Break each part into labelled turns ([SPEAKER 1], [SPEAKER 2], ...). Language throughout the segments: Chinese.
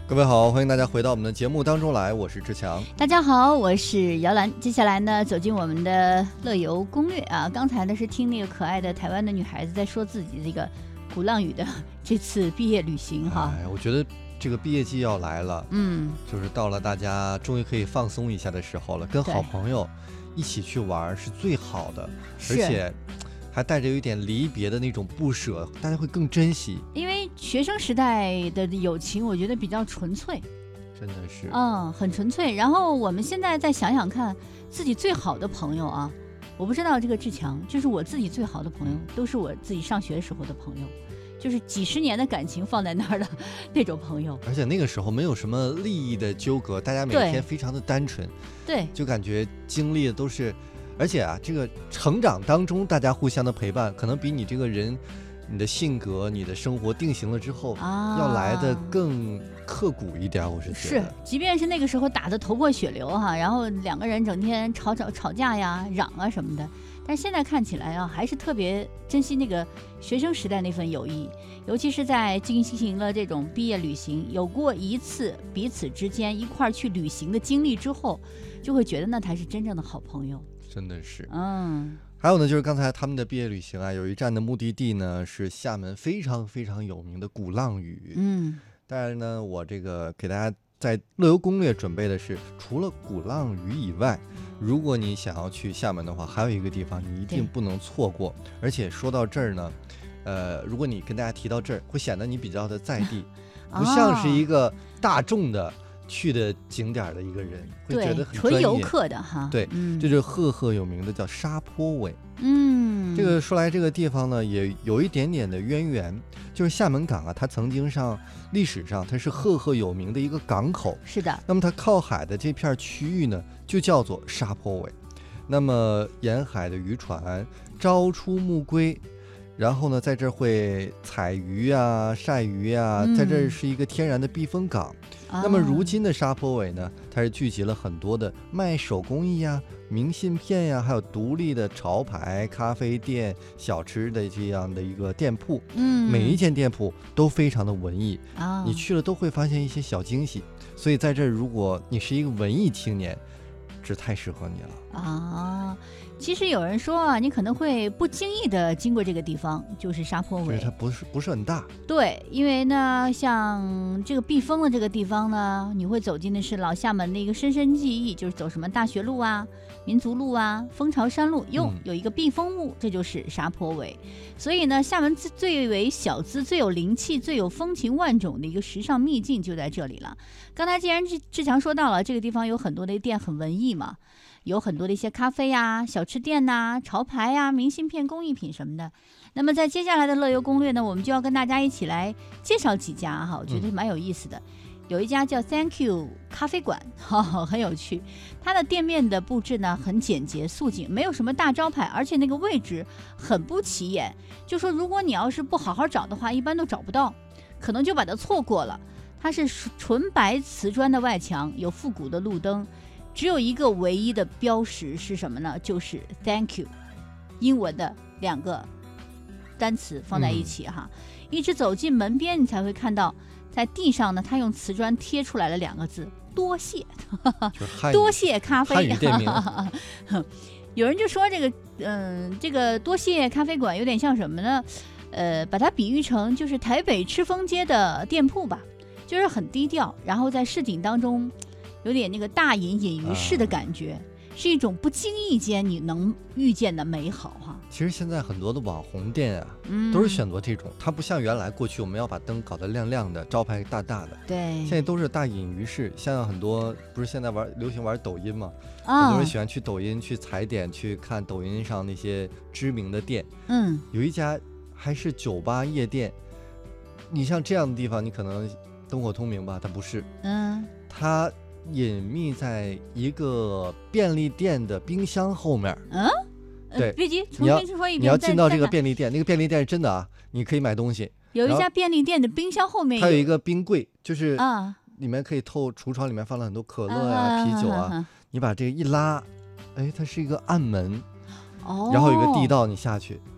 [SPEAKER 1] 各位好，欢迎大家回到我们的节目当中来，我是志强。
[SPEAKER 2] 大家好，我是姚兰。接下来呢，走进我们的乐游攻略啊。刚才呢是听那个可爱的台湾的女孩子在说自己这个鼓浪屿的这次毕业旅行哈。
[SPEAKER 1] 我觉得这个毕业季要来了，就是到了大家终于可以放松一下的时候了，跟好朋友一起去玩是最好的，而且还带着有一点离别的那种不舍，大家会更珍惜。
[SPEAKER 2] 因为学生时代的友情，我觉得比较纯粹，
[SPEAKER 1] 真的是，
[SPEAKER 2] 很纯粹。然后我们现在再想想看，自己最好的朋友啊，我不知道这个志强，就是我自己最好的朋友，都是我自己上学时候的朋友。就是几十年的感情放在那儿的那种朋友，
[SPEAKER 1] 而且那个时候没有什么利益的纠葛，大家每天非常的单纯，
[SPEAKER 2] 对，
[SPEAKER 1] 就感觉经历的都是，而且啊，这个成长当中大家互相的陪伴，可能比你这个人、你的性格、你的生活定型了之后，要来的更刻骨一点。我是觉得
[SPEAKER 2] 是，即便是那个时候打得头破血流哈，然后两个人整天吵架呀、嚷啊什么的。但是现在看起来啊，还是特别珍惜那个学生时代那份友谊，尤其是在进行了这种毕业旅行，有过一次彼此之间一块去旅行的经历之后，就会觉得那才是真正的好朋友。
[SPEAKER 1] 真的是，还有呢，就是刚才他们的毕业旅行啊，有一站的目的地呢是厦门非常非常有名的鼓浪屿。当然呢，我这个给大家在乐游攻略准备的是，除了鼓浪屿以外，如果你想要去厦门的话，还有一个地方你一定不能错过。而且说到这儿呢，如果你跟大家提到这儿，会显得你比较的在地，不像是一个大众的去的景点的一个人，会觉得很专业，
[SPEAKER 2] 纯游客的哈。
[SPEAKER 1] 对，这就是赫赫有名的叫沙坡尾。这个说来这个地方呢，也有一点点的渊源，就是厦门港啊，它曾经历史上它是赫赫有名的一个港口。
[SPEAKER 2] 是的。
[SPEAKER 1] 那么它靠海的这片区域呢，就叫做沙坡尾。那么沿海的渔船朝出暮归，然后呢，在这儿会采鱼啊、晒鱼啊，在这儿是一个天然的避风港。那么如今的沙坡尾呢，它是聚集了很多的卖手工艺呀、明信片呀，还有独立的潮牌咖啡店、小吃的这样的一个店铺。每一间店铺都非常的文艺，你去了都会发现一些小惊喜。所以在这儿，如果你是一个文艺青年，这太适合你了。
[SPEAKER 2] 其实有人说啊，你可能会不经意的经过这个地方，就是沙坡尾，
[SPEAKER 1] 它不是很大。
[SPEAKER 2] 对，因为呢，像这个避风的这个地方呢，你会走进的是老厦门的一个深深记忆，就是走什么大学路啊、民族路啊、蜂巢山路，有一个避风路，这就是沙坡尾。所以呢，厦门最为小资、最有灵气、最有风情万种的一个时尚秘境就在这里了。刚才既然志强说到了这个地方有很多的店很文艺嘛，有很多的一些咖啡呀、小吃店呐、潮牌呀、明信片、工艺品什么的。那么在接下来的乐游攻略呢，我们就要跟大家一起来介绍几家哈，我觉得蛮有意思的。有一家叫 Thank You 咖啡馆，很有趣。它的店面的布置呢很简洁素净，没有什么大招牌，而且那个位置很不起眼。就说如果你要是不好好找的话，一般都找不到，可能就把它错过了。它是纯白瓷砖的外墙，有复古的路灯。只有一个唯一的标识是什么呢？就是 Thank You， 英文的2个单词放在一起哈。一直走进门边，你才会看到，在地上呢，他用瓷砖贴出来了2个字：多谢，多谢咖啡。
[SPEAKER 1] 汉语店名。
[SPEAKER 2] 有人就说这个多谢咖啡馆有点像什么呢？把它比喻成就是台北赤峰街的店铺吧，就是很低调，然后在市井当中。有点那个大隐隐于市的感觉，是一种不经意间你能遇见的美好哈。
[SPEAKER 1] 其实现在很多的网红店啊，都是选择这种，它不像原来过去我们要把灯搞得亮亮的，招牌大大的，
[SPEAKER 2] 对，
[SPEAKER 1] 现在都是大隐于市。像很多不是现在流行玩抖音嘛，很多人喜欢去抖音去踩点，去看抖音上那些知名的店。有一家还是酒吧夜店，你像这样的地方，你可能灯火通明吧，它不是，它隐秘在一个便利店的冰箱后面。对，
[SPEAKER 2] 别急，重新说一遍。
[SPEAKER 1] 你要进到这个便利店，那个便利店是真的啊，你可以买东西。
[SPEAKER 2] 有一家便利店的冰箱后面，
[SPEAKER 1] 它有一个冰柜，就是里面可以橱窗里面放了很多可乐呀、啤酒啊。你把这个一拉，它是一个暗门，然后有个地道，你下去。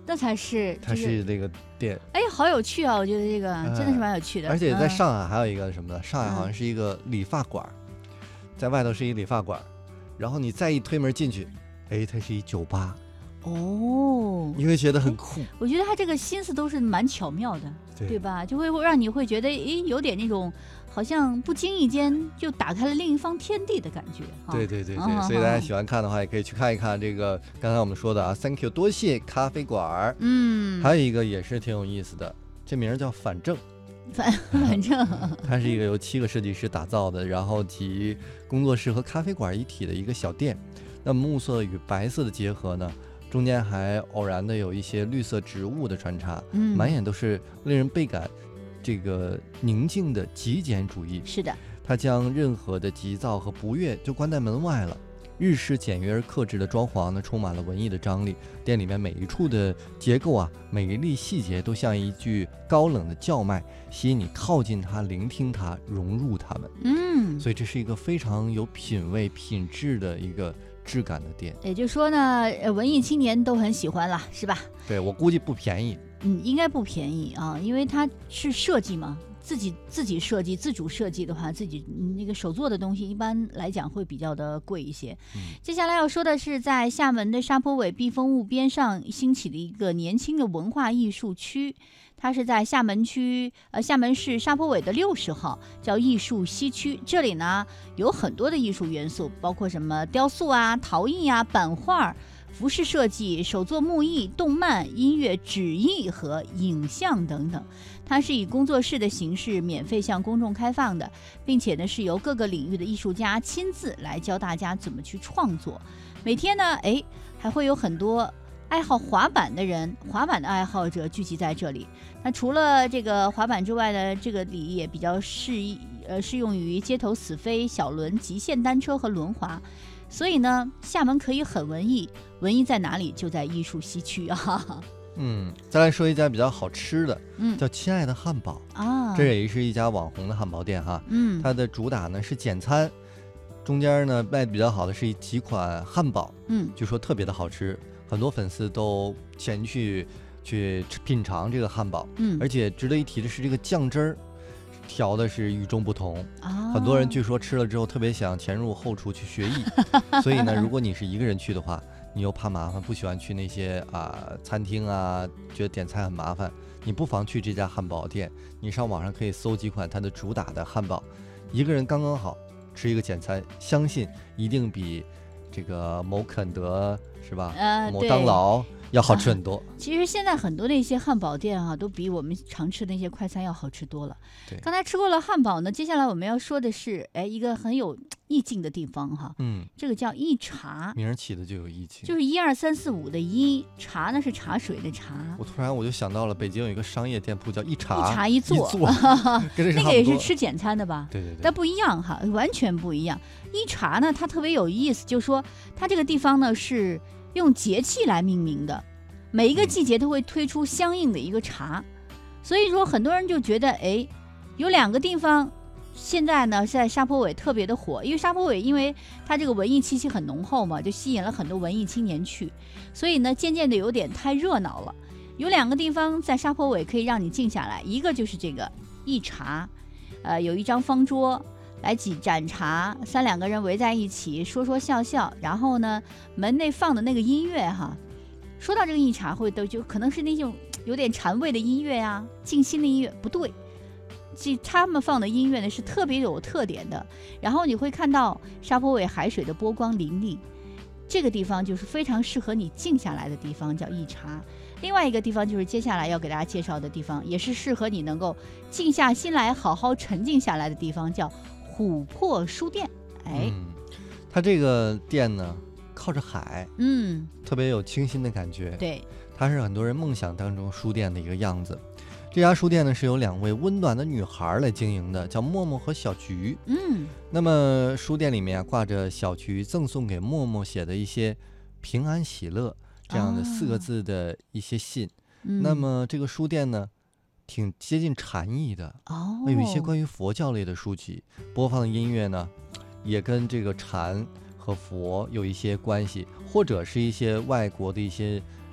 [SPEAKER 2] 那才是，
[SPEAKER 1] 它是那个店。
[SPEAKER 2] 哎，好有趣啊！我觉得这个真的是蛮有趣的。
[SPEAKER 1] 而且在上海还有一个什么呢？上海好像是一个理发馆，在外头是一理发馆，然后你再一推门进去，哎，它是一酒吧。
[SPEAKER 2] 哦，
[SPEAKER 1] 你会觉得很酷。
[SPEAKER 2] 我觉得他这个心思都是蛮巧妙的，对吧？就会让你会觉得，哎，有点那种好像不经意间就打开了另一方天地的感觉。
[SPEAKER 1] 对，所以大家喜欢看的话，也可以去看一看这个刚才我们说的啊 ，Thank you 多谢咖啡馆。还有一个也是挺有意思的，这名叫反正。
[SPEAKER 2] 反正
[SPEAKER 1] 它是一个由7个设计师打造的，然后集工作室和咖啡馆一体的一个小店。那木色与白色的结合呢，中间还偶然的有一些绿色植物的穿插，满眼都是令人倍感这个宁静的极简主义。
[SPEAKER 2] 是的，
[SPEAKER 1] 它将任何的急躁和不悦就关在门外了。日式简约而克制的装潢呢，充满了文艺的张力。店里面每一处的结构啊，每一粒细节都像一句高冷的叫卖，吸引你靠近它，聆听它，融入它们。所以这是一个非常有品味、品质的一个质感的店。
[SPEAKER 2] 也就是说呢，文艺青年都很喜欢了，是吧？
[SPEAKER 1] 对，我估计不便宜。
[SPEAKER 2] 应该不便宜啊，因为它是设计嘛。自己设计，自主设计的话，自己那个手做的东西一般来讲会比较的贵一些。接下来要说的是，在厦门的沙坡尾避风坞边上兴起的一个年轻的文化艺术区，它是在厦门市沙坡尾的60号，叫艺术西区。这里呢有很多的艺术元素，包括什么雕塑啊、陶艺啊、版画、服饰设计、手作木艺、动漫、音乐、纸艺和影像等等。它是以工作室的形式免费向公众开放的，并且呢是由各个领域的艺术家亲自来教大家怎么去创作。每天呢，还会有很多爱好滑板的人、滑板的爱好者聚集在这里。那除了这个滑板之外呢，这个里也比较适用于街头死飞、小轮、极限单车和轮滑。所以呢，厦门可以很文艺，文艺在哪里？就在艺术西区啊。
[SPEAKER 1] 再来说一家比较好吃的，叫亲爱的汉堡
[SPEAKER 2] 啊，
[SPEAKER 1] 这也是一家网红的汉堡店哈。它的主打呢是简餐，中间呢卖的比较好的是几款汉堡，据说特别的好吃，很多粉丝都前去品尝这个汉堡，而且值得一提的是这个酱汁儿调的是与众不同，很多人据说吃了之后特别想潜入后厨去学艺，所以呢，如果你是一个人去的话，你又怕麻烦，不喜欢去那些餐厅啊，觉得点菜很麻烦，你不妨去这家汉堡店，你上网上可以搜几款它的主打的汉堡，一个人刚刚好吃一个简餐，相信一定比这个某肯德是吧？某当劳要好吃很多。
[SPEAKER 2] 其实现在很多那些汉堡店都比我们常吃的那些快餐要好吃多了。
[SPEAKER 1] 对，
[SPEAKER 2] 刚才吃过了汉堡呢，接下来我们要说的是，一个很有意境的地方哈。这个叫一茶，
[SPEAKER 1] 名儿起的就有意境，
[SPEAKER 2] 就是1、2、3、4、5的一，茶呢是茶水的茶。
[SPEAKER 1] 我就想到了北京有一个商业店铺叫一茶
[SPEAKER 2] 一座，
[SPEAKER 1] 跟
[SPEAKER 2] 那个也是吃简餐的吧？
[SPEAKER 1] 对，
[SPEAKER 2] 但不一样哈，完全不一样。一茶呢，它特别有意思，就是说它这个地方呢是用节气来命名的，每一个季节都会推出相应的一个茶，所以说很多人就觉得，有2个地方现在呢在沙坡尾特别的火，因为沙坡尾因为它这个文艺气息很浓厚嘛，就吸引了很多文艺青年去，所以呢渐渐的有点太热闹了。有2个地方在沙坡尾可以让你静下来，一个就是这个一茶，有一张方桌。来几盏茶，2个人围在一起说说笑笑，然后呢，门内放的那个音乐哈，说到这个一茶会都就可能是那种有点禅味的音乐啊，静心的音乐，不对，他们放的音乐呢是特别有特点的，然后你会看到沙坡尾海水的波光粼粼，这个地方就是非常适合你静下来的地方，叫一茶。另外一个地方就是接下来要给大家介绍的地方，也是适合你能够静下心来好好沉静下来的地方，叫琥珀书店。
[SPEAKER 1] 它这个店呢靠着海，特别有清新的感觉。
[SPEAKER 2] 对，
[SPEAKER 1] 它是很多人梦想当中书店的一个样子。这家书店呢是由2位温暖的女孩来经营的，叫默默和小菊。那么书店里面挂着小菊赠送给默默写的一些平安喜乐这样的4个字的一些信。那么这个书店呢挺接近禅意的，有一些关于佛教类的书籍，播放的音乐呢也跟这个禅和佛有一些关系，或者是一些外国的一些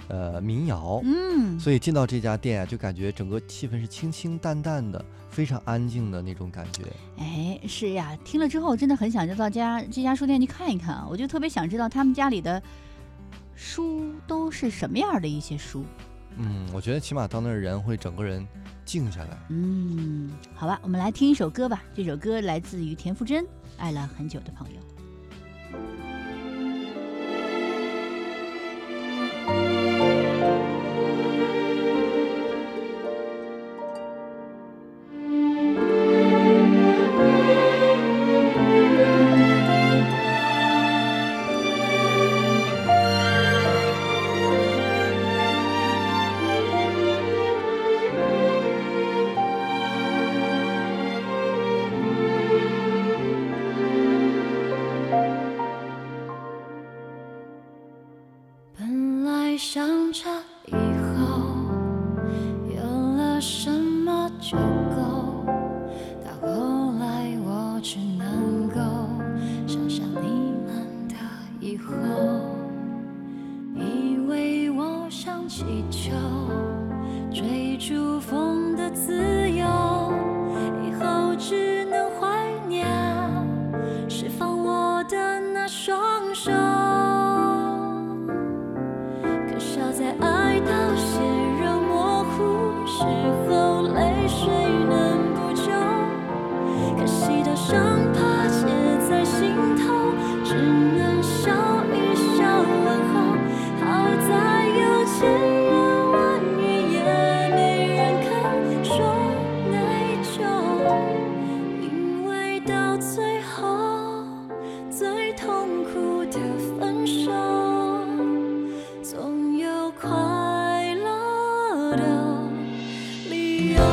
[SPEAKER 1] 民谣，所以进到这家店啊，就感觉整个气氛是清清淡淡的，非常安静的那种感觉。
[SPEAKER 2] 哎，是呀，听了之后真的很想知道这家书店去看一看啊，我就特别想知道他们家里的书都是什么样的一些书。
[SPEAKER 1] 我觉得起码到那儿人会整个人静下来。
[SPEAKER 2] 好吧，我们来听一首歌吧。这首歌来自于田馥甄，《爱了很久的朋友》。
[SPEAKER 3] 想着以后有了什么就够，到后来我只能够想象你们的以后，以为我像气球追逐风的自由，以后只能怀念释放我的那双手，在爱到血肉模糊时候，泪水能补救，可惜的伤疤结在心头，只能笑一笑问候。好在有千言万语也没人肯说内疚，因为到最后最痛苦的分手，总有快乐的理由。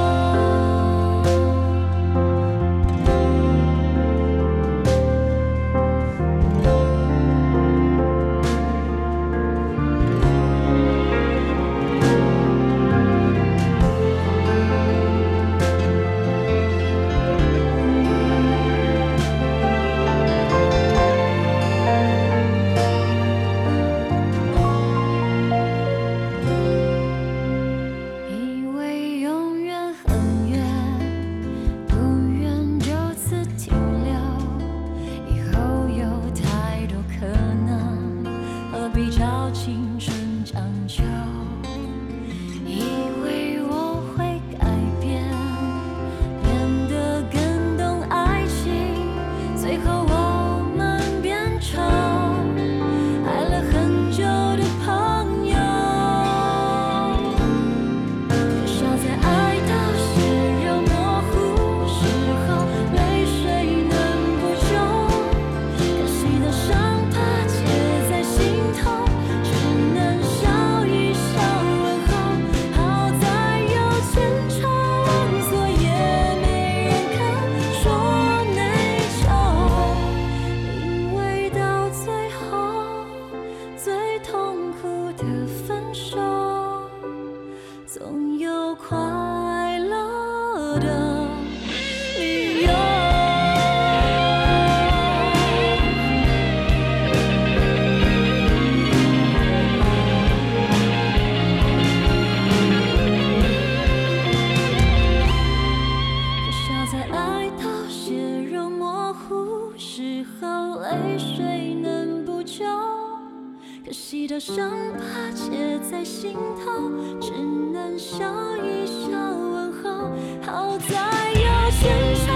[SPEAKER 3] 总有快乐的理由。可笑在爱到血肉模糊时候，泪水能补救。可惜的伤疤结在心头，只能笑一笑问候。好在有牵手。